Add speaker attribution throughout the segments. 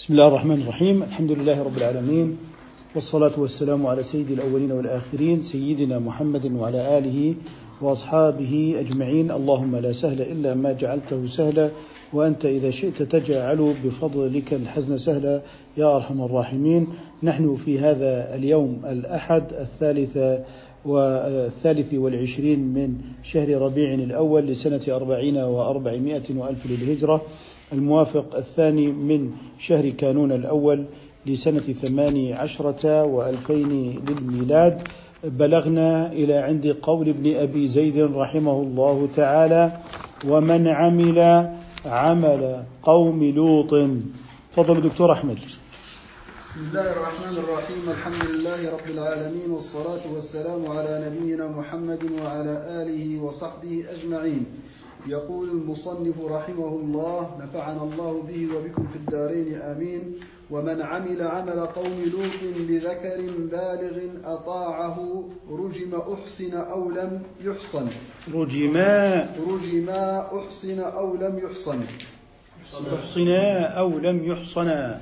Speaker 1: بسم الله الرحمن الرحيم. الحمد لله رب العالمين، والصلاة والسلام على سيد الأولين والآخرين سيدنا محمد وعلى آله وأصحابه أجمعين. اللهم لا سهل إلا ما جعلته سهلا، وأنت إذا شئت تجعل بفضلك الحزن سهلا يا أرحم الراحمين. نحن في هذا اليوم الأحد 23 من شهر ربيع الأول لسنة 40 و400 وألف للهجرة، الموافق 2 من شهر كانون الأول لسنة 18 و2000 للميلاد. بلغنا إلى عند قول ابن أبي زيد رحمه الله تعالى: ومن عمل عمل قوم لوط. تفضل دكتور أحمد.
Speaker 2: بسم الله الرحمن الرحيم. الحمد لله رب العالمين، والصلاة والسلام على نبينا محمد وعلى آله وصحبه أجمعين. يقول المصنف رحمه الله: نفعنا الله به وبكم في الدارين آمين. ومن عمل عمل قوم لوط بذكر بالغ أطاعه رجم أحسن أو لم يحصن. رجما أحسن أو لم يحصن.
Speaker 1: أحصنا أو لم يحصنا.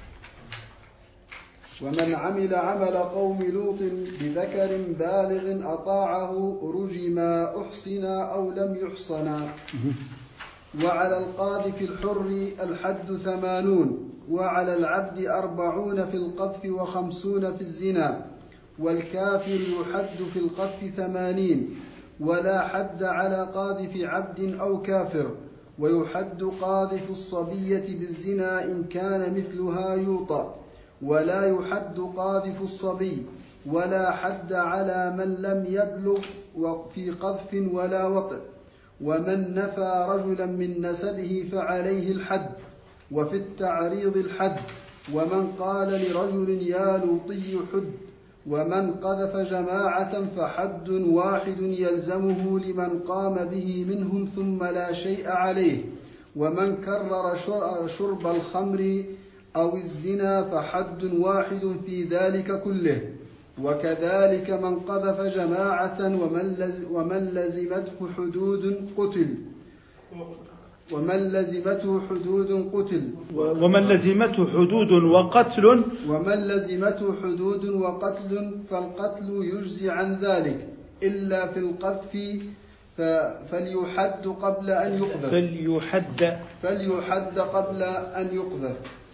Speaker 2: ومن عمل عمل قوم لوط بذكر بالغ أطاعه رجما أحصنا أو لم يحصنا. وعلى القاذف الحر الحد 80، وعلى العبد 40 في القذف و50 في الزنا، والكافر يحد في القذف 80، ولا حد على قاذف عبد أو كافر، ويحد قاذف الصبية بالزنا إن كان مثلها يوطأ، ولا يحد قاذف الصبي، ولا حد على من لم يبلغ في قذف ولا وطئ. ومن نفى رجلا من نسبه فعليه الحد، وفي التعريض الحد. ومن قال لرجل يا لوطي حد. ومن قذف جماعة فحد واحد يلزمه لمن قام به منهم ثم لا شيء عليه. ومن كرر شرب الخمر أو الزنا فحد واحد في ذلك كله. وكذلك من قذف جماعة ومن لزمته حدود قتل. ومن لزمته حدود وقتل فالقتل يجزي عن ذلك إلا في القذف فليحد قبل أن يقذف. فليحد قبل أن يقذف.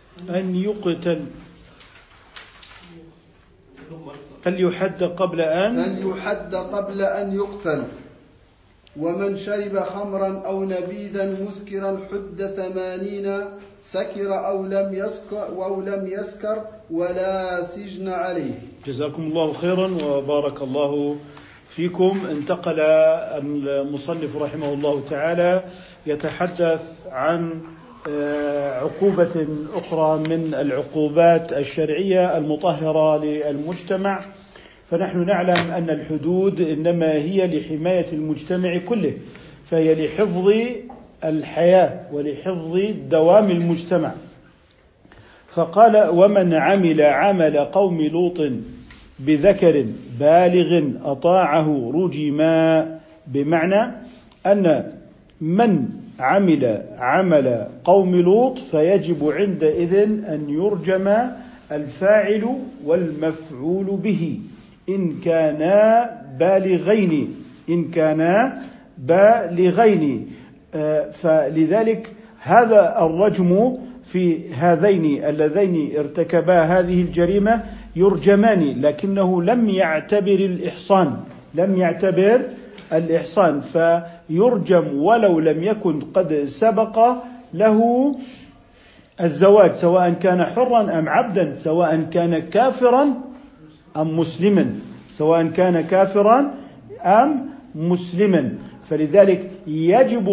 Speaker 1: فليحد قبل أن يقتل.
Speaker 2: ومن شرب خمرا أو نبيذا مسكرا حد 80، سكر أو لم يسكر ولا سجن عليه.
Speaker 1: جزاكم الله خيرا وبارك الله فيكم. انتقل المصنف رحمه الله تعالى يتحدث عن عقوبة أخرى من العقوبات الشرعية المطهرة للمجتمع. فنحن نعلم أن الحدود إنما هي لحماية المجتمع كله، فهي لحفظ الحياة ولحفظ دوام المجتمع. فقال: ومن عمل عمل قوم لوط بذكر بالغ أطاعه رجما، بمعنى أن من عمل عمل قوم لوط فيجب عندئذ أن يرجم الفاعل والمفعول به إن كانا بالغين. فلذلك هذا الرجم في هذين اللذين ارتكبا هذه الجريمة يرجمان، لكنه لم يعتبر الإحصان، فيرجم ولو لم يكن قد سبق له الزواج، سواء كان حرا أم عبدا، سواء كان كافرا أم مسلما. فلذلك يجب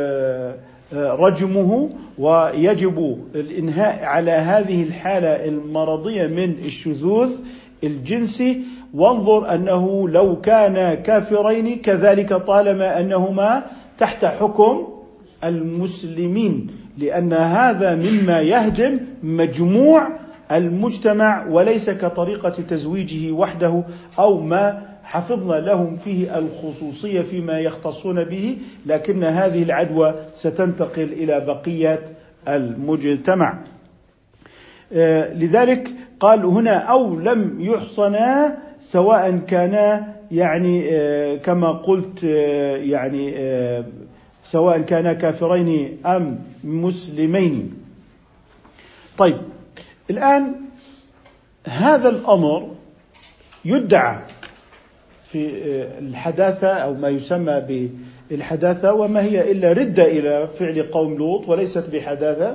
Speaker 1: رجمه، ويجب الإنهاء على هذه الحالة المرضية من الشذوذ الجنسي. وانظر أنه لو كان كافرين كذلك طالما أنهما تحت حكم المسلمين، لأن هذا مما يهدم مجموع المجتمع، وليس كطريقة تزويجه وحده أو ما حفظنا لهم فيه الخصوصية فيما يختصون به، لكن هذه العدوى ستنتقل إلى بقية المجتمع. لذلك قال هنا أو لم يحصنا، سواء كان يعني كما قلت يعني سواء كانا كافرين أم مسلمين. طيب الآن هذا الأمر يدعى في الحداثة أو ما يسمى بالحداثة، وما هي إلا ردة إلى فعل قوم لوط وليست بحداثة،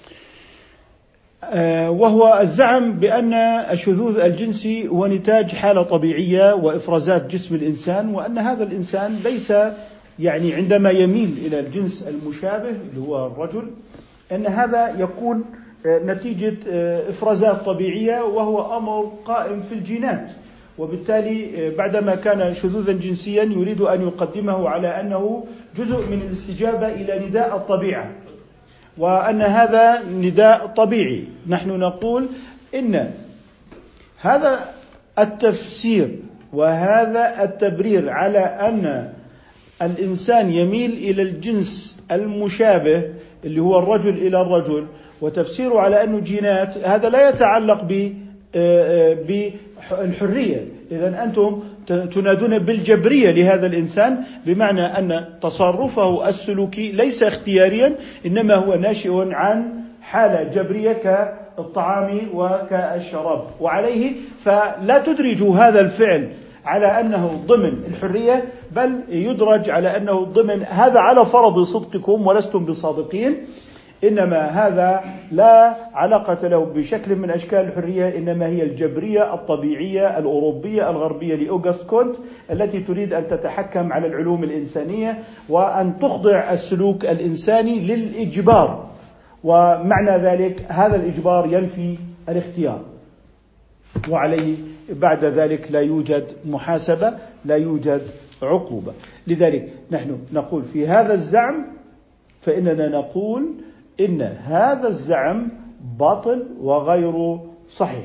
Speaker 1: وهو الزعم بأن الشذوذ الجنسي هو نتاج حالة طبيعية وإفرازات جسم الإنسان، وأن هذا الإنسان ليس يعني عندما يميل إلى الجنس المشابه اللي هو الرجل أن هذا يكون نتيجة إفرازات طبيعية، وهو أمر قائم في الجينات، وبالتالي بعدما كان شذوذا جنسيا يريد أن يقدمه على أنه جزء من الاستجابة إلى نداء الطبيعة، وأن هذا نداء طبيعي. نحن نقول إن هذا التفسير وهذا التبرير على أن الإنسان يميل إلى الجنس المشابه اللي هو الرجل إلى الرجل، وتفسيره على أنه جينات، هذا لا يتعلق بالحرية. إذن أنتم تنادون بالجبرية لهذا الإنسان، بمعنى أن تصرفه السلوكي ليس اختياريا، إنما هو ناشئ عن حالة جبرية كالطعام وكالشراب، وعليه فلا تدرجوا هذا الفعل على أنه ضمن الحرية، بل يدرج على أنه ضمن هذا على فرض صدقكم ولستم بصادقين، إنما هذا لا علاقة له بشكل من أشكال الحرية، إنما هي الجبرية الطبيعية الأوروبية الغربية لأوغست كونت التي تريد أن تتحكم على العلوم الإنسانية وأن تخضع السلوك الإنساني للإجبار، ومعنى ذلك هذا الإجبار ينفي الاختيار، وعليه بعد ذلك لا يوجد محاسبة، لا يوجد عقوبة. لذلك نحن نقول في هذا الزعم، فإننا نقول إن هذا الزعم باطل وغير صحيح.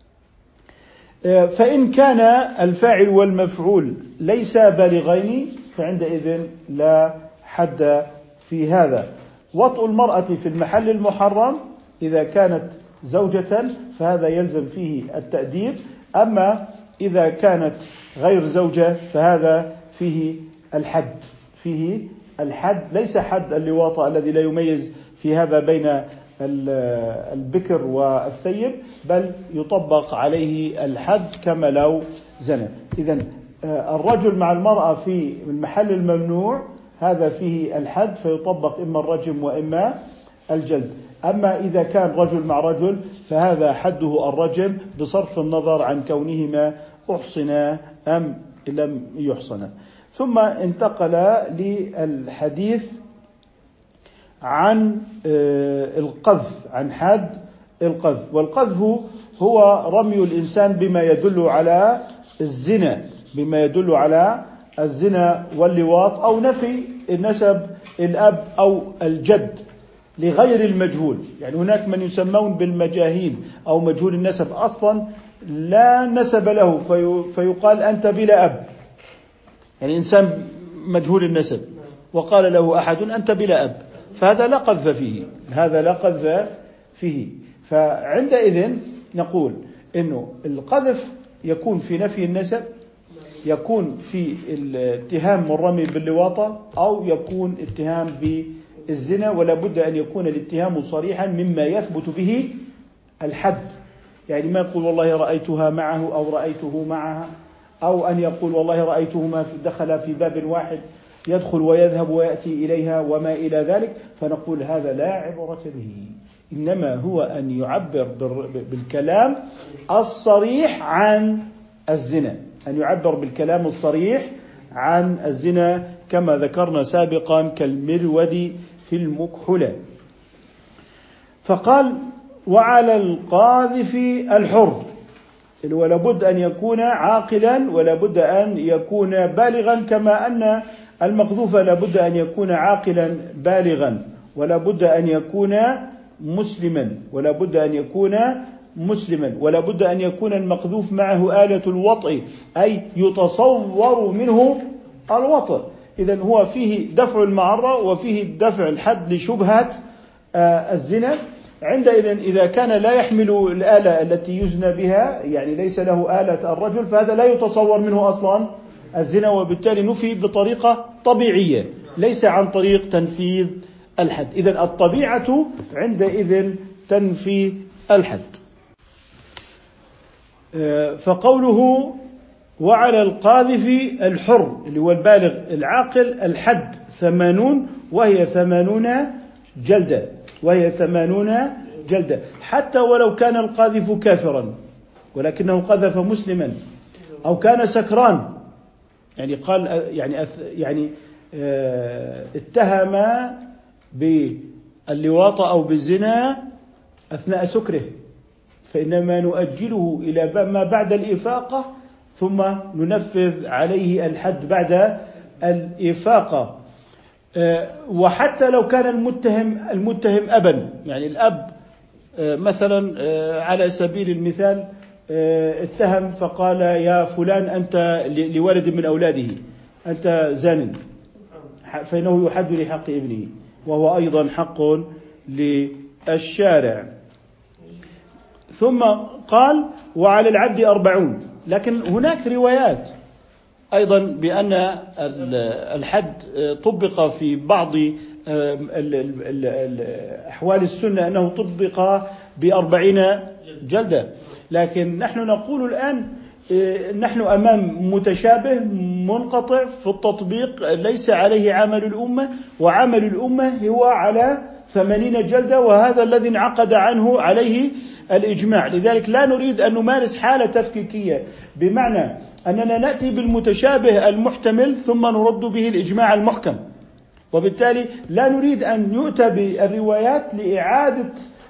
Speaker 1: فإن كان الفاعل والمفعول ليس بالغين فعندئذ لا حد في هذا. وطء المرأة في المحل المحرم إذا كانت زوجة فهذا يلزم فيه التأديب، أما إذا كانت غير زوجة فهذا فيه الحد، فيه الحد، ليس حد اللواطة الذي لا يميز في هذا بين البكر والثيب، بل يطبق عليه الحد كما لو زنى. إذن الرجل مع المرأة في المحل الممنوع هذا فيه الحد، فيطبق إما الرجم وإما الجلد. أما إذا كان رجل مع رجل فهذا حده الرجم بصرف النظر عن كونهما أحصنا أم لم يحصنا. ثم انتقل للحديث عن القذف، عن حد القذف. والقذف هو رمي الإنسان بما يدل على الزنا، بما يدل على الزنا واللواط، أو نفي النسب الأب أو الجد لغير المجهول. يعني هناك من يسمون بالمجاهيل أو مجهول النسب، أصلا لا نسب له فيقال أنت بلا أب، يعني إنسان مجهول النسب وقال له أحد أنت بلا أب، فهذا لا قذف فيه، هذا لا قذف فيه. فعندئذ نقول إنه القذف يكون في نفي النسب، يكون في الاتهام والرمي باللواطة، أو يكون اتهام بالزنا، ولا بد أن يكون الاتهام صريحا مما يثبت به الحد. يعني ما يقول والله رأيتها معه أو رأيته معها، أو أن يقول والله رأيتهما دخل في باب واحد يدخل ويذهب ويأتي إليها وما إلى ذلك، فنقول هذا لا عبرة به، إنما هو أن يعبر بالكلام الصريح عن الزنا، أن يعبر بالكلام الصريح عن الزنا كما ذكرنا سابقا كالمرود في المكحلة. فقال وعلى القاذف الحر، ولا بد أن يكون عاقلا ولا بد أن يكون بالغا، كما أن المقذوف لا بد أن يكون عاقلا بالغا، ولا بد أن يكون مسلما، ولا بد أن يكون مسلما، ولا بد أن يكون المقذوف معه آلة الوطء، أي يتصور منه الوطء. إذن هو فيه دفع المعرة وفيه دفع الحد لشبهة الزنا. عندئذ إذا كان لا يحمل الآلة التي يزنى بها، يعني ليس له آلة الرجل، فهذا لا يتصور منه أصلا الزنا، وبالتالي نفي بطريقة طبيعية ليس عن طريق تنفيذ الحد. إذن الطبيعة عندئذ تنفي الحد. فقوله وعلى القاذف الحر اللي هو البالغ العاقل الحد 80 وهي 80 جلدة، وهي 80 جلدة، حتى ولو كان القاذف كافرا ولكنه قذف مسلما أو كان سكران، يعني قال يعني اتهم باللواط أو بالزنا أثناء سكره، فإنما نؤجله إلى ما بعد الإفاقة ثم ننفذ عليه الحد بعد الإفاقة. وحتى لو كان المتهم أبا، يعني الأب مثلا على سبيل المثال اتهم فقال يا فلان أنت لولد من أولاده أنت زان، فإنه يحد لحق ابنه، وهو أيضا حق للشارع. ثم قال وعلى العبد 40، لكن هناك روايات أيضا بأن الحد طبق في بعض أحوال السنة أنه طبق ب40 جلدة، لكن نحن نقول الآن نحن أمام متشابه منقطع في التطبيق ليس عليه عمل الأمة، وعمل الأمة هو على 80 جلدة، وهذا الذي انعقد عنه عليه الإجماع. لذلك لا نريد أن نمارس حالة تفكيكية، بمعنى أننا نأتي بالمتشابه المحتمل ثم نرد به الإجماع المحكم، وبالتالي لا نريد أن يؤتى بالروايات لإعادة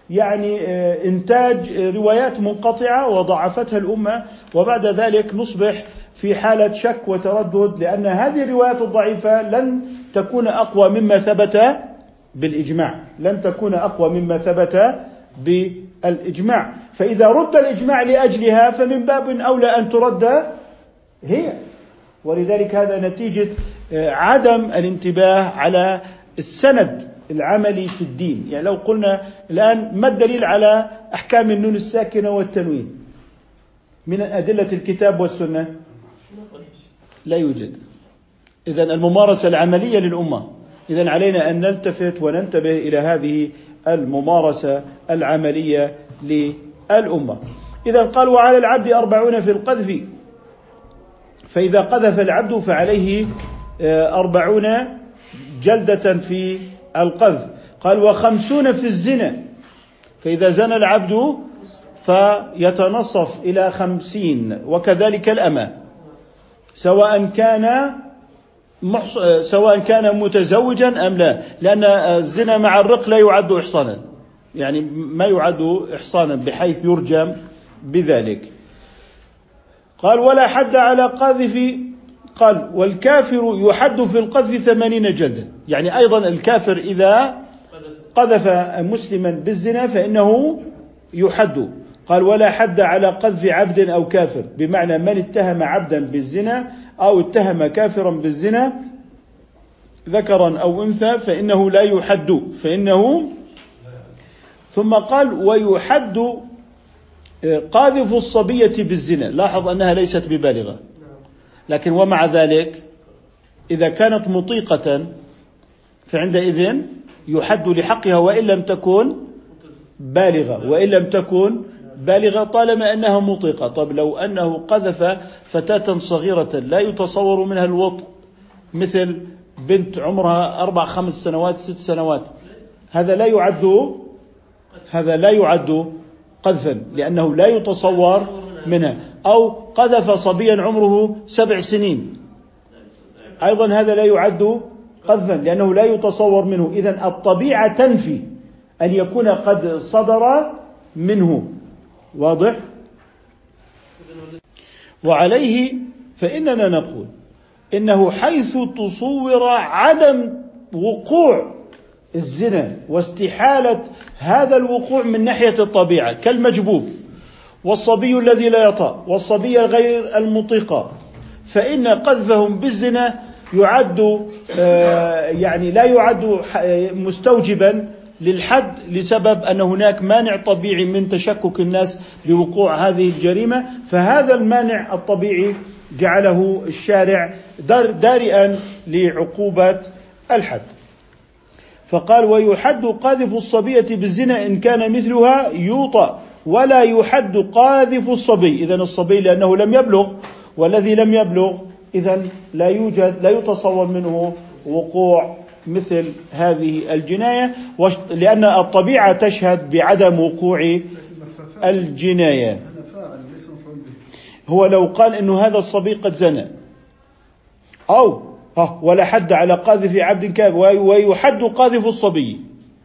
Speaker 1: إنتاج روايات منقطعة وضعفتها الأمة، وبعد ذلك نصبح في حالة شك وتردد، لأن هذه الروايات الضعيفة لن تكون أقوى مما ثبت بالإجماع، لن تكون أقوى مما ثبت بالإجماع. فإذا رد الإجماع لأجلها فمن باب أولى أن ترد هي. ولذلك هذا نتيجة عدم الانتباه على السند العملي في الدين. يعني لو قلنا الآن ما الدليل على أحكام النون الساكنة والتنوين من أدلة الكتاب والسنة؟ لا يوجد. إذن الممارسة العملية للأمة، إذن علينا أن نلتفت وننتبه إلى هذه الممارسة العملية للأمة. إذن قال وعلى العبد 40 في القذف، فإذا قذف العبد فعليه 40 جلدة في القذف. قال 50 في الزنا، فإذا زنى العبد فيتنصف إلى 50، وكذلك الأمة سواء كان متزوجا أم لا، لأن الزنا مع الرق لا يعد إحصانا، يعني ما يعد إحصانا بحيث يرجم بذلك. قال ولا حد على قاذف، قال والكافر يحد في القذف 80 جلدة، يعني أيضا الكافر إذا قذف مسلما بالزنا فإنه يحد. قال ولا حد على قذف عبد أو كافر، بمعنى من اتهم عبدا بالزنا أو اتهم كافرا بالزنا ذكرا أو أنثى فإنه لا يحد، ثم قال ويحد قاذف الصبية بالزنا. لاحظ أنها ليست ببالغة، لكن ومع ذلك إذا كانت مطيقة فعندئذ يحد لحقها وإن لم تكن بالغة طالما أنها مطيقة. طب لو أنه قذف فتاة صغيرة لا يتصور منها الوطء، مثل بنت عمرها 4 5 سنوات 6 سنوات، هذا لا يعد قذفا لأنه لا يتصور منها. أو قذف صبيا عمره 7 سنين، أيضا هذا لا يعد قذفا لأنه لا يتصور منه. إذن الطبيعة تنفي أن يكون قد صدر منه. واضح؟ وعليه فإننا نقول إنه حيث تصور عدم وقوع الزنا واستحالة هذا الوقوع من ناحية الطبيعة كالمجبوب والصبي الذي لا يطأ والصبي غير المطيقة، فإن قذفهم بالزنا يعد لا يعد مستوجبا للحد لسبب أن هناك مانع طبيعي من تشكك الناس بوقوع هذه الجريمة، فهذا المانع الطبيعي جعله الشارع دارئا لعقوبة الحد. فقال: ويحد قاذف الصبية بالزنا إن كان مثلها يوطأ، ولا يحد قاذف الصبي. إذن الصبي لأنه لم يبلغ، والذي لم يبلغ إذن لا يتصور منه وقوع مثل هذه الجناية، لأن الطبيعة تشهد بعدم وقوع الجناية. هو لو قال إنه هذا الصبي قد زنى، أو ولا حد على قاذف عبد كافر، ويحد قاذف الصبي،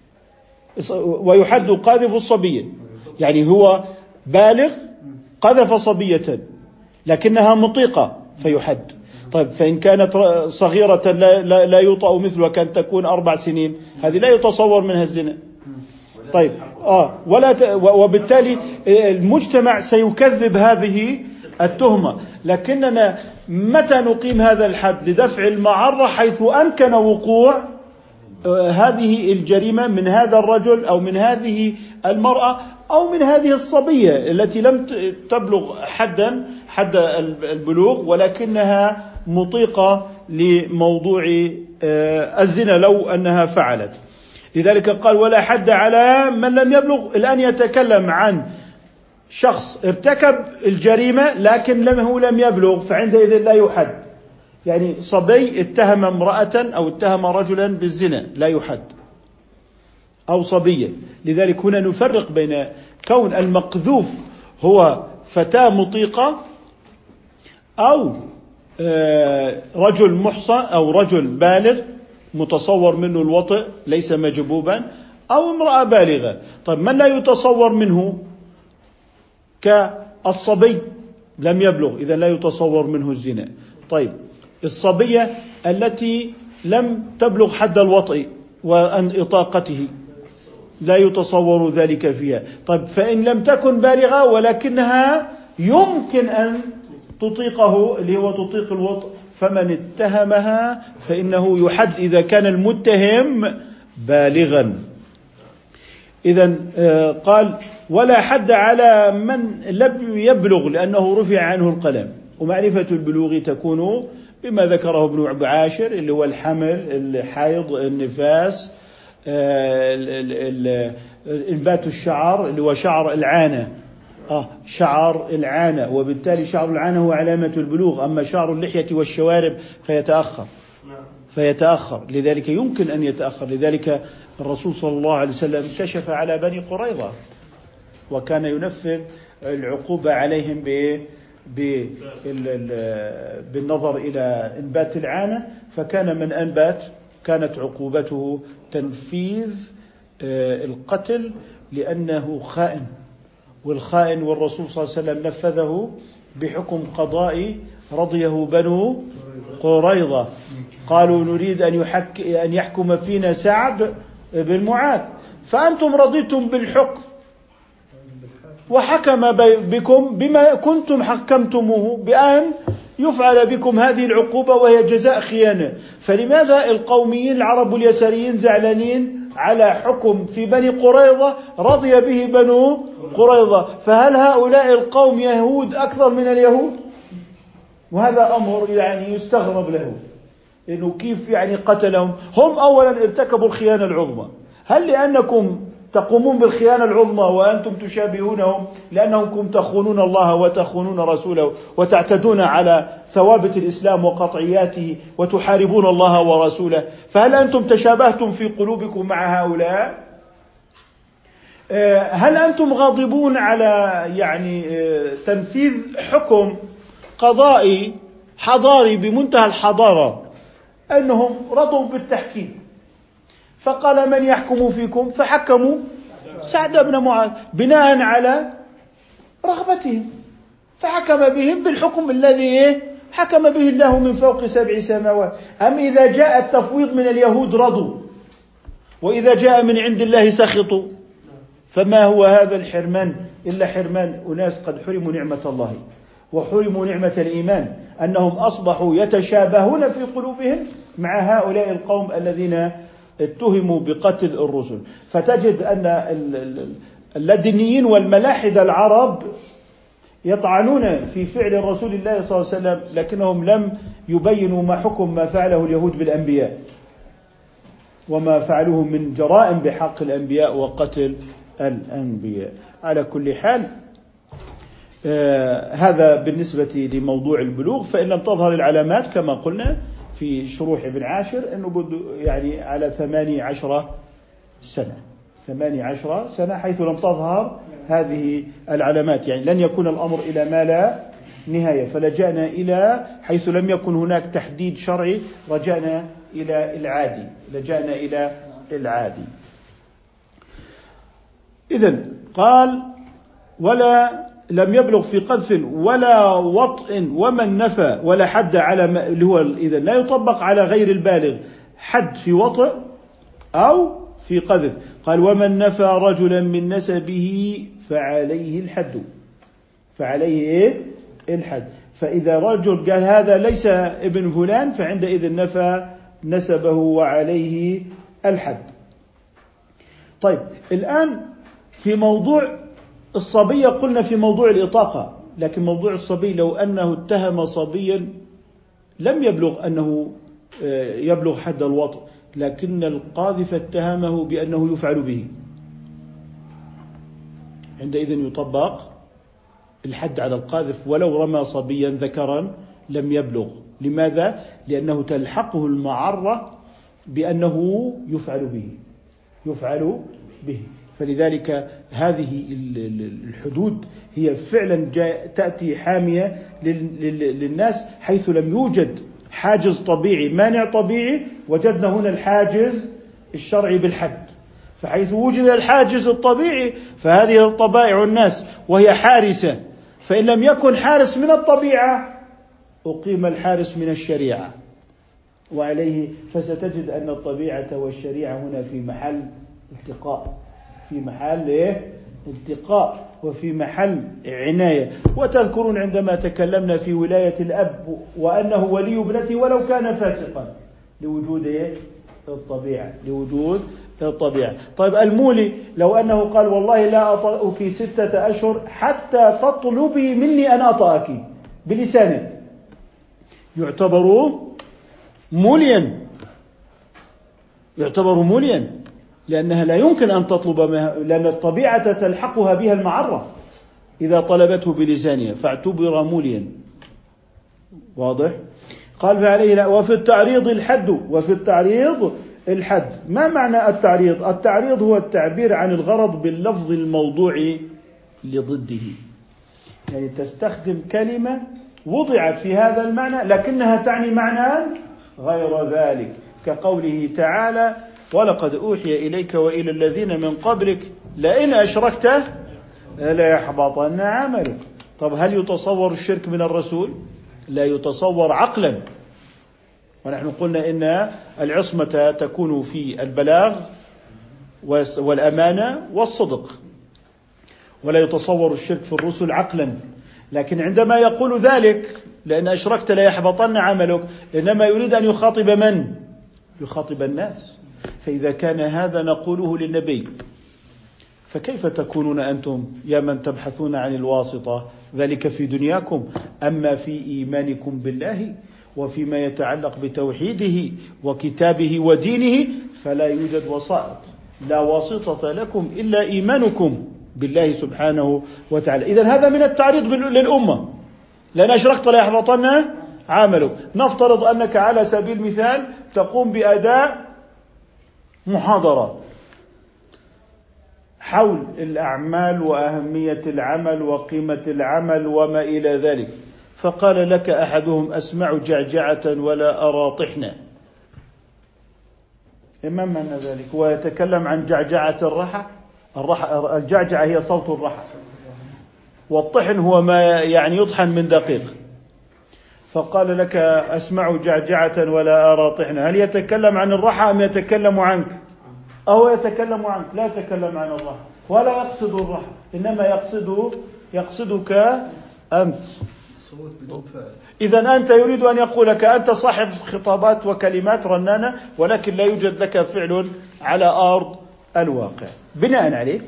Speaker 1: ويحد قاذف الصبي يعني هو بالغ قذف صبية لكنها مطيقة فيحد. طيب فإن كانت صغيرة لا يوطأ مثلها، كان تكون 4 سنين، هذه لا يتصور منها الزنا. طيب وبالتالي المجتمع سيكذب هذه التهمة. لكننا متى نقيم هذا الحد؟ لدفع المعرة حيث أمكن وقوع هذه الجريمة من هذا الرجل أو من هذه المرأة أو من هذه الصبية التي لم تبلغ حد البلوغ، ولكنها مطيقة لموضوع الزنا لو أنها فعلت. لذلك قال: ولا حد على من لم يبلغ. الآن يتكلم عن شخص ارتكب الجريمة لكن هو لم يبلغ، فعندئذ لا يحد. يعني صبي اتهم امرأة أو اتهم رجلا بالزنا لا يحد، أو صبية. لذلك هنا نفرق بين كون المقذوف هو فتاة مطيقة، أو رجل محصن، أو رجل بالغ متصور منه الوطئ ليس مجبوبا، أو امرأة بالغة. طيب من لا يتصور منه كالصبي لم يبلغ، إذا لا يتصور منه الزنا. طيب الصبية التي لم تبلغ حد الوطئ وأن إطاقته لا يتصور ذلك فيها. طيب فإن لم تكن بالغة ولكنها يمكن أن تطيقه، اللي هو تطيق الوطئ، فمن اتهمها فإنه يحد إذا كان المتهم بالغا. إذن قال: ولا حد على من لم يبلغ لأنه رفع عنه القلم. ومعرفة البلوغ تكون بما ذكره ابن عاشر، اللي هو الحمل، الحيض، النفاس، إنبات الشعر اللي هو شعر العانة، شعر العانة، وبالتالي شعر العانة هو علامة البلوغ. أما شعر اللحية والشوارب فيتأخر، لذلك يمكن أن يتأخر. لذلك الرسول صلى الله عليه وسلم كشف على بني قريظة وكان ينفذ العقوبة عليهم بالنظر إلى إنبات العانة، فكان من أنبات كانت عقوبته تنفيذ القتل لأنه خائن، والخائن والرسول صلى الله عليه وسلم نفذه بحكم قضائي رضيه بنو قريظة. قالوا: نريد أن يحكم فينا سعد بن معاذ، فأنتم رضيتم بالحكم وحكم بكم بما كنتم حكمتموه بأن يفعل بكم هذه العقوبة وهي جزاء خيانة. فلماذا القوميين العرب اليساريين زعلانين على حكم في بني قريظة رضي به بنو قريظة؟ فهل هؤلاء القوم يهود أكثر من اليهود؟ وهذا أمر يعني يستغرب له، إنه كيف يعني قتلهم؟ هم أولا ارتكبوا الخيانة العظمى. هل لأنكم تقومون بالخيانة العظمى وأنتم تشابهونهم لأنكم تخونون الله وتخونون رسوله وتعتدون على ثوابت الإسلام وقطعياته وتحاربون الله ورسوله، فهل أنتم تشابهتم في قلوبكم مع هؤلاء؟ هل أنتم غاضبون على يعني تنفيذ حكم قضائي حضاري بمنتهى الحضارة، أنهم رضوا بالتحكيم؟ فقال: من يحكم فيكم؟ فحكموا سعد بن معاذ بناء على رغبتهم، فحكم بهم بالحكم الذي حكم به الله من فوق 7 سماوات. أم إذا جاء التفويض من اليهود رضوا، وإذا جاء من عند الله سخطوا؟ فما هو هذا الحرمان إلا حرمان أناس قد حرموا نعمة الله وحرموا نعمة الإيمان، أنهم أصبحوا يتشابهون في قلوبهم مع هؤلاء القوم الذين اتهموا بقتل الرسل. فتجد أن اللادينيين والملاحدة العرب يطعنون في فعل رسول الله صلى الله عليه وسلم، لكنهم لم يبينوا ما حكم ما فعله اليهود بالأنبياء وما فعلوه من جرائم بحق الأنبياء وقتل الأنبياء. على كل حال هذا بالنسبة لموضوع البلوغ. فإن لم تظهر العلامات كما قلنا في شروح ابن عاشر أنه يعني على 18 سنة حيث لم تظهر هذه العلامات، يعني لن يكون الأمر إلى ما لا نهاية. فلجأنا إلى حيث لم يكن هناك تحديد شرعي رجعنا إلى العادي. إذن قال ولا لم يبلغ في قذف ولا وطء ومن نفى ولا حد على اللي هو إذن لا يطبق على غير البالغ حد في وطء أو في قذف. قال ومن نفى رجلا من نسبه فعليه الحد. فإذا رجل قال هذا ليس ابن فلان فعندئذ نفى نسبه وعليه الحد. طيب الآن في موضوع الصبي قلنا في موضوع الإطاقة، لكن موضوع الصبي لو أنه اتهم صبيا لم يبلغ أنه يبلغ حد الوطء، لكن القاذف اتهمه بأنه يفعل به، عندئذ يطبق الحد على القاذف ولو رمى صبيا ذكرا لم يبلغ. لماذا؟ لأنه تلحقه المعرة بأنه يفعل به. فلذلك هذه الحدود هي فعلا تأتي حامية للناس حيث لم يوجد حاجز طبيعي مانع طبيعي، وجدنا هنا الحاجز الشرعي بالحد. فحيث وجد الحاجز الطبيعي فهذه طبائع الناس وهي حارسة، فإن لم يكن حارس من الطبيعة أقيم الحارس من الشريعة وعليه. فستجد أن الطبيعة والشريعة هنا في محل التقاء وفي محل عناية. وتذكرون عندما تكلمنا في ولاية الأب وأنه ولي ابنته ولو كان فاسقا لوجود الطبيعة. طيب المولي لو أنه قال والله لا أطأك 6 أشهر حتى تطلبي مني أن أطأك بلسانه، يعتبر موليا لأنها لا يمكن أن تطلب لأن الطبيعة تلحقها بها المعرة إذا طلبته بلسانها، فاعتبر موليا. واضح؟ قال فعليه لا. وفي التعريض الحد. ما معنى التعريض؟ التعريض هو التعبير عن الغرض باللفظ الموضوع لضده، يعني تستخدم كلمة وضعت في هذا المعنى لكنها تعني معنى غير ذلك، كقوله تعالى ولقد أوحي إليك وإلى الذين من قبلك لئن أشركت ليحبطن عملك. طب هل يتصور الشرك من الرسول؟ لا يتصور عقلا. ونحن قلنا إن العصمة تكون في البلاغ والأمانة والصدق، ولا يتصور الشرك في الرسل عقلا. لكن عندما يقول ذلك لأن أشركت ليحبطن عملك إنما يريد أن يخاطب من؟ يخاطب الناس. فإذا كان هذا نقوله للنبي فكيف تكونون أنتم يا من تبحثون عن الواسطة؟ ذلك في دنياكم. أما في إيمانكم بالله وفيما يتعلق بتوحيده وكتابه ودينه فلا يوجد وسائط، لا واسطة لكم إلا إيمانكم بالله سبحانه وتعالى. إذن هذا من التعريض للأمة. لأن أشركت لا يحبطن عملك. نفترض أنك على سبيل المثال تقوم بأداء محاضرة حول الأعمال وأهمية العمل وقيمة العمل وما إلى ذلك، فقال لك أحدهم أسمع جعجعة ولا أرى طحنا. ما معنى ذلك؟ ويتكلم عن جعجعة الرحى. الجعجعة هي صوت الرحى، والطحن هو ما يعني يطحن من دقيق. فقال لك أسمع جعجعة ولا أرى طحنا. هل يتكلم عن الرحى أم يتكلم عنك؟ أو يتكلم عنك؟ لا يتكلم عن الرحى ولا يقصد الرحى، إنما يقصدك أنت.
Speaker 2: صوت بدون فعل.
Speaker 1: إذا أنت يريد أن يقول لك أنت صاحب خطابات وكلمات رنانة، ولكن لا يوجد لك فعل على أرض الواقع. بناء عليه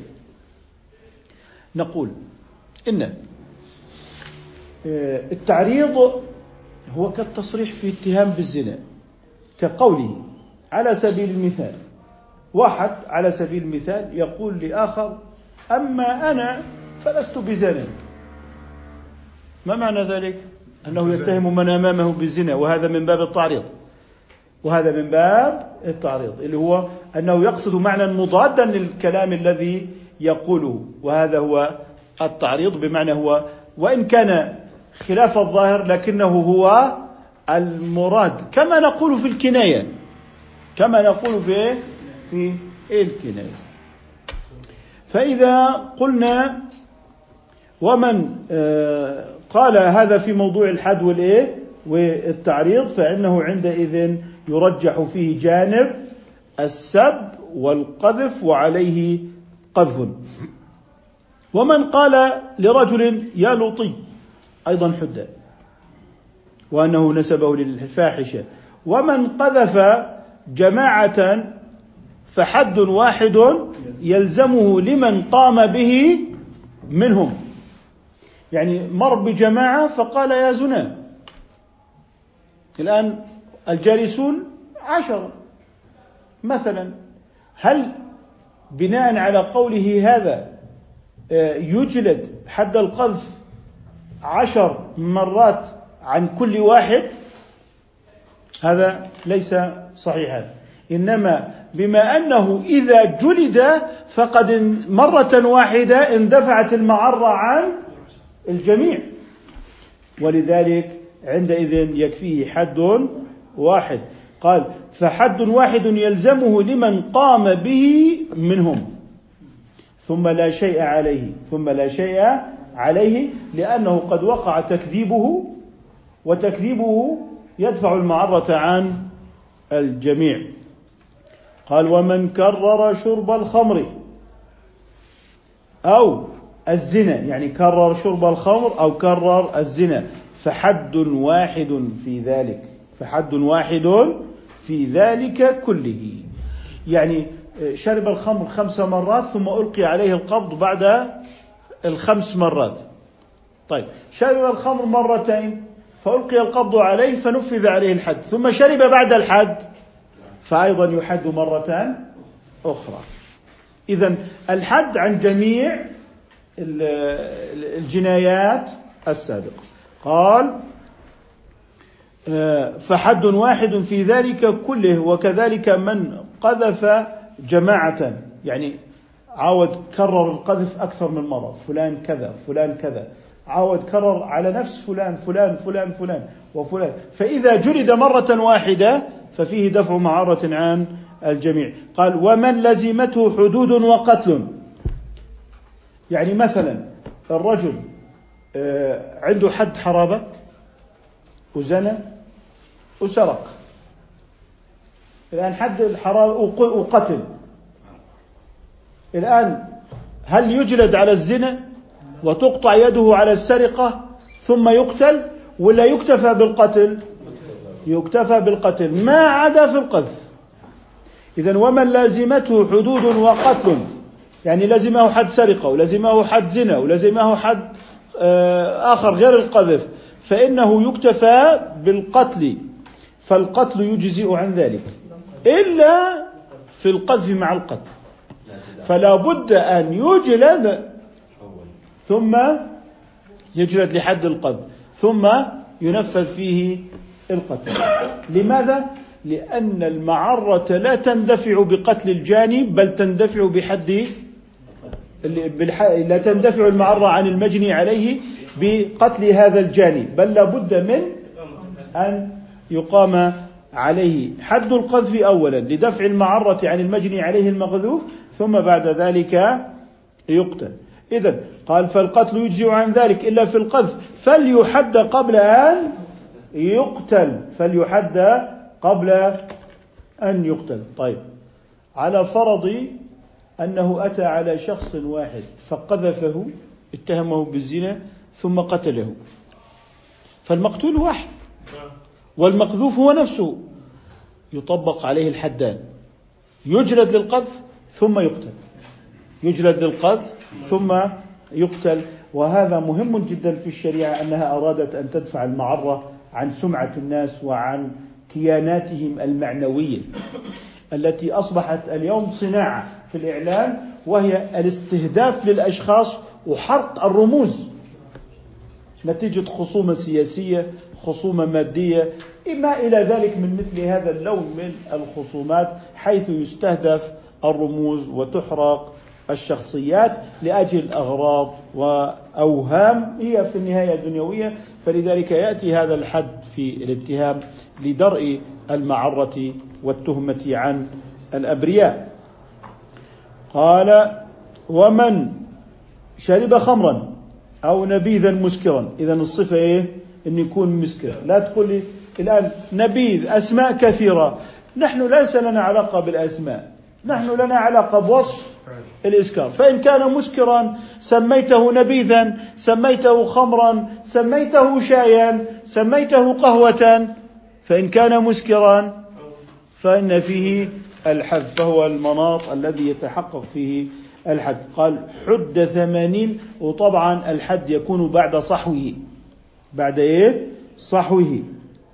Speaker 1: نقول إن التعريض هو كالتصريح في اتهام بالزنا، كقوله على سبيل المثال، واحد على سبيل المثال يقول لآخر أما أنا فلست بزنا. ما معنى ذلك؟ أنه يتهم من أمامه بالزنا، وهذا من باب التعريض، وهذا من باب التعريض اللي هو أنه يقصد معنى مضادا للكلام الذي يقوله، وهذا هو التعريض. بمعنى هو وإن كان خلاف الظاهر لكنه هو المراد، كما نقول في الكناية، كما نقول في الكناية. فإذا قلنا ومن قال هذا في موضوع الحد والتعريض، فإنه عندئذ يرجح فيه جانب السب والقذف وعليه قذف. ومن قال لرجل يا لوطي أيضا حد، وأنه نسبه للفاحشة. ومن قذف جماعة فحد واحد يلزمه لمن قام به منهم. يعني مر بجماعة فقال يا زنا، الآن الجالسون 10 مثلا، هل بناء على قوله هذا يجلد حد القذف 10 مرات عن كل واحد؟ هذا ليس صحيحا. إنما بما أنه إذا جلد فقد مرة واحدة اندفعت المعرة عن الجميع، ولذلك عندئذ يكفيه حد واحد. قال فحد واحد يلزمه لمن قام به منهم، ثم لا شيء عليه لأنه قد وقع تكذيبه، وتكذيبه يدفع المعرة عن الجميع. قال ومن كرر شرب الخمر أو الزنا، يعني كرر شرب الخمر أو كرر الزنا، فحد واحد في ذلك كله. يعني شرب الخمر 5 مرات ثم ألقي عليه القبض بعد 5 مرات. طيب شرب الخمر 2 مرات فألقي القبض عليه فنفذ عليه الحد، ثم شرب بعد الحد فأيضا يحد مرة أخرى. إذن الحد عن جميع الجنايات السابقة. قال فحد واحد في ذلك كله، وكذلك من قذف جماعة، يعني عاود كرر القذف أكثر من مرة، فلان كذا فلان كذا، عاود كرر على نفس فلان فلان فلان فلان وفلان، فإذا جلد مرة واحدة ففيه دفع معرة عن الجميع. قال ومن لزمته حدود وقتل، يعني مثلا الرجل عنده حد حرابة وزنى وسرق، الآن حد الحرابة وقتل، الآن هل يجلد على الزنا وتقطع يده على السرقة ثم يقتل، ولا يكتفى بالقتل؟ يكتفى بالقتل ما عدا في القذف. إذن ومن لازمته حدود وقتل، يعني لازمه حد سرقة ولازمه حد زنا ولازمه حد آخر غير القذف، فإنه يكتفى بالقتل، فالقتل يجزئ عن ذلك إلا في القذف مع القتل، فلا بد أن يجلد ثم يجلد لحد القذف ثم ينفذ فيه القتل. لماذا؟ لأن المعرة لا تندفع بقتل الجاني، بل تندفع لا تندفع المعرة عن المجني عليه بقتل هذا الجاني، بل لا بد من أن يقام عليه حد القذف أولا لدفع المعرة عن المجني عليه المقذوف، ثم بعد ذلك يقتل. إذن قال فالقتل يجزئ عن ذلك إلا في القذف، فليحد قبل أن يقتل، فليحد قبل أن يقتل. طيب على فرض أنه أتى على شخص واحد فقذفه، اتهمه بالزنا ثم قتله، فالمقتول واحد والمقذوف هو نفسه، يطبق عليه الحدان، يجلد للقذف ثم يقتل، يجلد للقذف ثم يقتل. وهذا مهم جدا في الشريعة، أنها أرادت أن تدفع المعرة عن سمعة الناس وعن كياناتهم المعنوية التي أصبحت اليوم صناعة في الإعلام، وهي الاستهداف للأشخاص وحرق الرموز نتيجة خصومة سياسية، خصومة مادية، إما إلى ذلك من مثل هذا اللون من الخصومات، حيث يستهدف الرموز وتحرق الشخصيات لأجل أغراض وأوهام هي في النهاية دنيوية. فلذلك يأتي هذا الحد في الاتهام لدرء المعرة والتهمة عن الأبرياء. قال: ومن شرب خمرا أو نبيذا مسكرا. إذن الصفة إيه؟ أن يكون مسكر. لا تقول لي الآن نبيذ، أسماء كثيرة، نحن ليس لنا علاقة بالأسماء، نحن لنا علاقة بوصف الإسكار. فإن كان مسكرا سميته نبيذا، سميته خمرا، سميته شايا، سميته قهوة، فإن كان مسكرا فإن فيه الحد، فهو المناط الذي يتحقق فيه الحد. قال: حد 80، وطبعا الحد يكون بعد صحوه. بعد إيه؟ صحوه.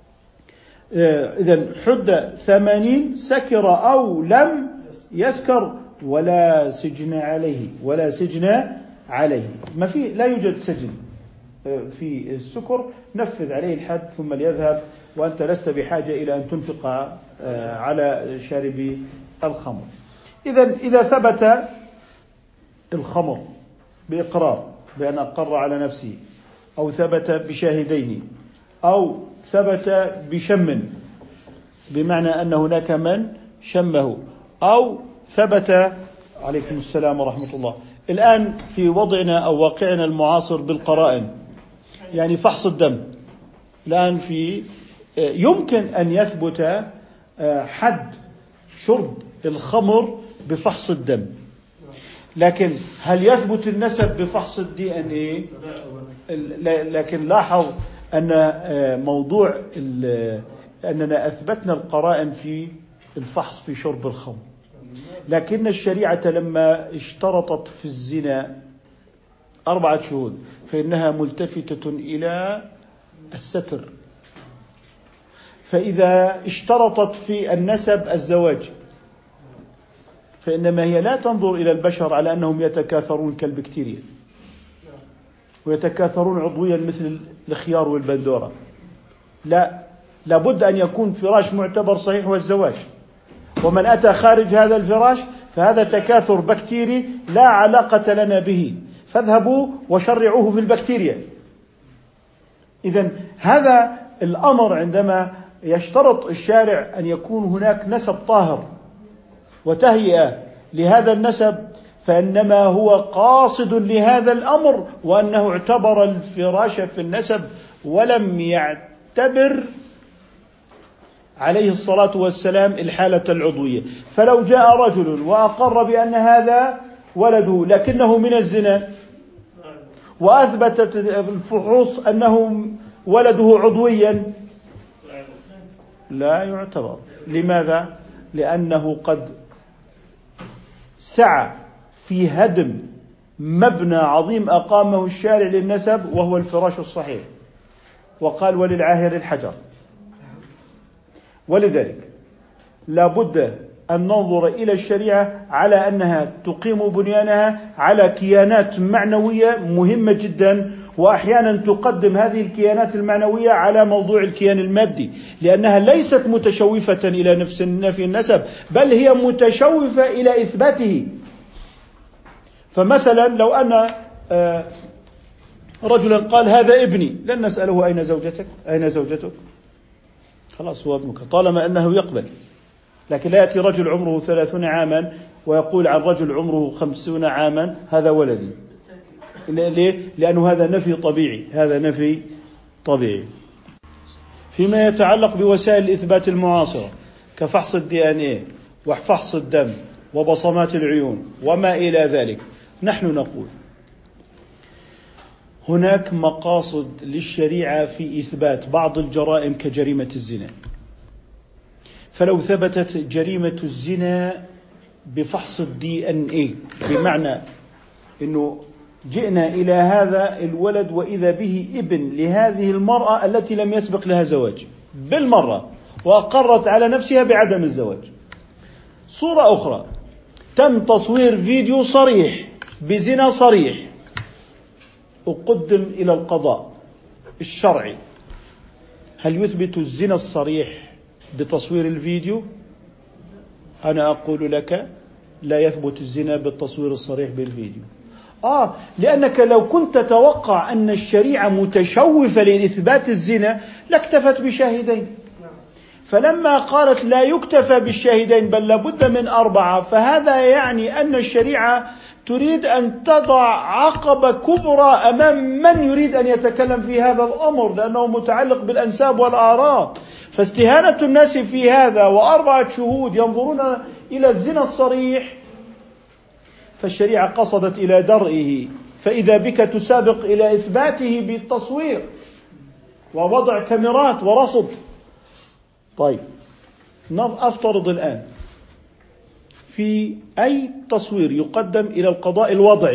Speaker 1: إذن حد 80 سكر أو لم يسكر ولا سجن عليه، ولا سجن عليه. ما في، لا يوجد سجن في السكر، نفذ عليه الحد ثم ليذهب، وأنت لست بحاجة إلى أن تنفق على شارب الخمر. إذا ثبت الخمر بإقرار، بأن أقر على نفسه، أو ثبت بشاهدين، أو ثبت بشم، بمعنى أن هناك من شمه، أو ثبت، عليكم السلام ورحمة الله، الآن في وضعنا أو واقعنا المعاصر بالقرائن، يعني فحص الدم، الآن في يمكن أن يثبت حد شرب الخمر بفحص الدم، لكن هل يثبت النسب بفحص DNA؟ لكن لاحظ أن موضوع أننا أثبتنا القرائن في الفحص في شرب الخمر، لكن الشريعة لما اشترطت في الزنا 4 شهود فإنها ملتفتة إلى الستر. فإذا اشترطت في النسب الزواج فإنما هي لا تنظر إلى البشر على أنهم يتكاثرون كالبكتيريا ويتكاثرون عضويا مثل الخيار والبندورة، لا، لابد أن يكون فراش معتبر صحيح والزواج، ومن أتى خارج هذا الفراش فهذا تكاثر بكتيري لا علاقة لنا به، فاذهبوا وشرعوه في البكتيريا. إذن هذا الأمر عندما يشترط الشارع أن يكون هناك نسب طاهر وتهيئة لهذا النسب، فإنما هو قاصد لهذا الأمر، وأنه اعتبر الفراش في النسب ولم يعتبر عليه الصلاة والسلام الحالة العضوية. فلو جاء رجل وأقر بأن هذا ولده لكنه من الزنا، وأثبتت الفحوص أنه ولده عضويا، لا يعتبر. لماذا؟ لأنه قد سعى في هدم مبنى عظيم أقامه الشارع للنسب، وهو الفراش الصحيح، وقال: وللعاهر الحجر. ولذلك لا بد أن ننظر إلى الشريعة على أنها تقيم بنيانها على كيانات معنوية مهمة جدا، وأحيانا تقدم هذه الكيانات المعنوية على موضوع الكيان المادي، لأنها ليست متشوفة إلى نفي النسب، بل هي متشوفة إلى إثباته. فمثلا لو أن رجلا قال: هذا ابني، لن نسأله أين زوجتك، أين زوجتك، خلاص هو ابنك، طالما أنه يقبل. لكن لا يأتي رجل عمره 30 عاما ويقول عن رجل عمره 50 عاما: هذا ولدي. ليه؟ لأنه هذا نفي طبيعي، هذا نفي طبيعي. فيما يتعلق بوسائل الإثبات المعاصرة كفحص DNA وفحص الدم وبصمات العيون وما إلى ذلك، نحن نقول هناك مقاصد للشريعة في إثبات بعض الجرائم كجريمة الزنا. فلو ثبتت جريمة الزنا بفحص DNA، بمعنى أنه جئنا إلى هذا الولد وإذا به ابن لهذه المرأة التي لم يسبق لها زواج بالمرة، وأقرت على نفسها بعدم الزواج. صورة أخرى، تم تصوير فيديو صريح بزنا صريح، أقدم إلى القضاء الشرعي، هل يثبت الزنا الصريح بتصوير الفيديو؟ أنا أقول لك لا يثبت الزنا بالتصوير الصريح بالفيديو. لأنك لو كنت تتوقع أن الشريعة متشوفة لإثبات الزنا لاكتفت بشاهدين، فلما قالت لا يكتفى بالشاهدين بل لابد من 4، فهذا يعني أن الشريعة تريد أن تضع عقبة كبرى أمام من يريد أن يتكلم في هذا الأمر، لأنه متعلق بالأنساب والأعراض. فاستهانة الناس في هذا و4 شهود ينظرون إلى الزنا الصريح، فالشريعة قصدت إلى درئه، فإذا بك تسابق إلى إثباته بالتصوير ووضع كاميرات ورصد. طيب أفترض الآن في أي تصوير يقدم إلى القضاء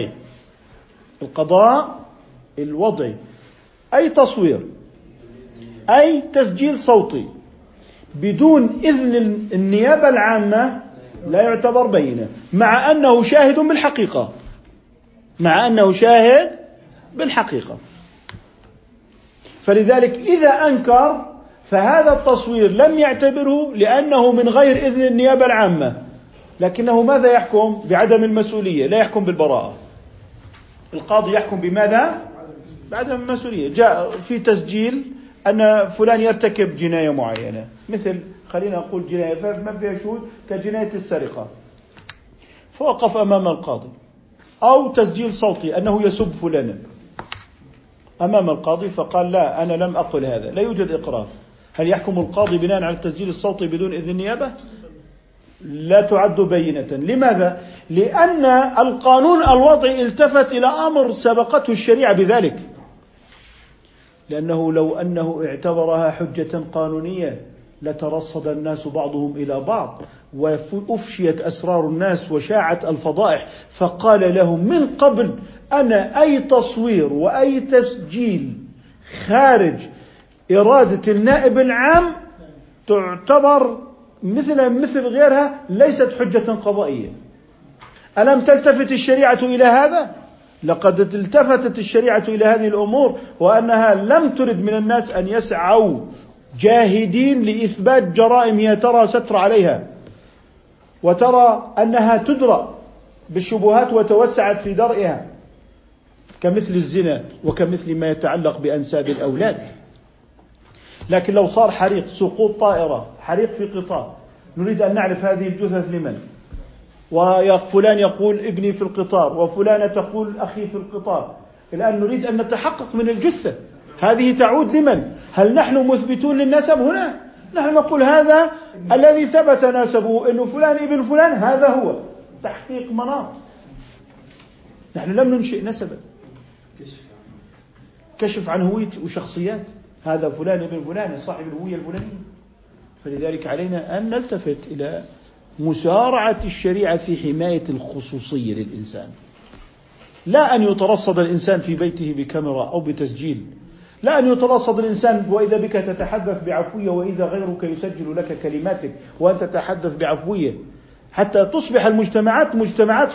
Speaker 1: الوضعي، أي تصوير، أي تسجيل صوتي بدون إذن النيابة العامة لا يعتبر بينة، مع أنه شاهد بالحقيقة. فلذلك إذا أنكر فهذا التصوير لم يعتبره لأنه من غير إذن النيابة العامة، لكنه ماذا يحكم؟ بعدم المسؤولية، لا يحكم بالبراءة. القاضي يحكم بماذا؟ بعدم المسؤولية. جاء في تسجيل أن فلان يرتكب جناية معينة، مثل خلينا أقول جناية ما فيها شهود كجناية السرقة، فوقف أمام القاضي، أو تسجيل صوتي أنه يسب فلانا أمام القاضي، فقال لا أنا لم أقل هذا، لا يوجد إقرار. هل يحكم القاضي بناء على التسجيل الصوتي بدون إذن النيابة؟ لا تعد بينة. لماذا؟ لأن القانون الوضعي التفت إلى أمر سبقته الشريعة بذلك، لأنه لو أنه اعتبرها حجة قانونية لترصد الناس بعضهم إلى بعض وأفشيت أسرار الناس وشاعت الفضائح، فقال لهم من قبل أنا أي تصوير وأي تسجيل خارج إرادة النائب العام تعتبر مثل غيرها ليست حجة قضائية. ألم تلتفت الشريعة إلى هذا؟ لقد التفتت الشريعة إلى هذه الأمور، وأنها لم ترد من الناس أن يسعوا جاهدين لإثبات جرائم هي ترى ستر عليها، وترى أنها تدرى بالشبهات وتوسعت في درئها، كمثل الزنا وكمثل ما يتعلق بأنساب الأولاد. لكن لو صار حريق، سقوط طائرة، حريق في قطار، نريد أن نعرف هذه الجثث لمن، وفلان يقول ابني في القطار، وفلانة تقول أخي في القطار، الآن نريد أن نتحقق من الجثة، هذه تعود لمن؟ هل نحن مثبتون للنسب هنا؟ نحن نقول هذا الذي ثبت نسبه أنه فلان ابن فلان، هذا هو تحقيق مناط. نحن لم ننشئ نسبا، كشف عن هوية وشخصيات، هذا فلان ابن فلان صاحب الهوية الفلانية. فلذلك علينا أن نلتفت إلى مسارعة الشريعة في حماية الخصوصية للإنسان، لا أن يترصد الإنسان في بيته بكاميرا أو بتسجيل، لا أن يترصد الإنسان وإذا بك تتحدث بعفوية وإذا غيرك يسجل لك كلماتك وأنت تتحدث بعفوية، حتى تصبح المجتمعات مجتمعات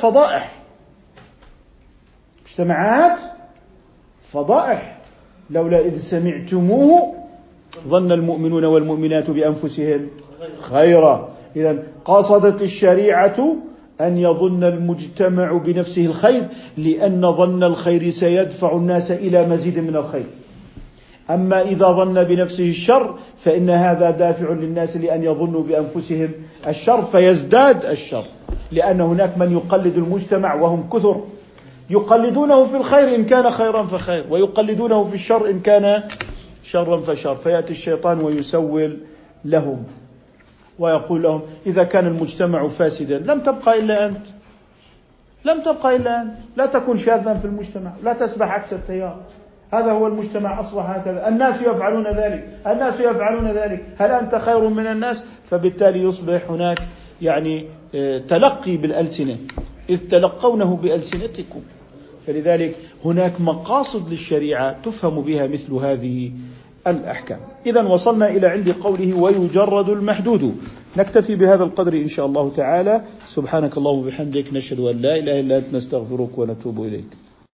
Speaker 1: فضائح. لولا إذ سمعتموه ظن المؤمنون والمؤمنات بأنفسهم خيرا. إذن قصدت الشريعة أن يظن المجتمع بنفسه الخير، لأن ظن الخير سيدفع الناس إلى مزيد من الخير. أما إذا ظن بنفسه الشر فإن هذا دافع للناس لأن يظنوا بأنفسهم الشر فيزداد الشر، لأن هناك من يقلد المجتمع وهم كثر، يقلدونه في الخير إن كان خيرا فخير، ويقلدونه في الشر إن كان شرا فشر، فيأتي الشيطان ويسول لهم ويقول لهم إذا كان المجتمع فاسدا لم تبقى إلا أنت، لا تكن شاذا في المجتمع، لا تسبح عكس التيار، هذا هو المجتمع، أصبح هكذا، الناس يفعلون ذلك، الناس يفعلون ذلك، هل أنت خير من الناس؟ فبالتالي يصبح هناك تلقي بالألسنة، إذ تلقونه بألسنتكم. فلذلك هناك مقاصد للشريعة تفهم بها مثل هذه الأحكام. إذن وصلنا إلى عند قوله ويجرد المحدود. نكتفي بهذا القدر إن شاء الله تعالى. سبحانك اللهم وبحمدك، نشهد أن لا إله إلا أنت، نستغفرك ونتوب إليك.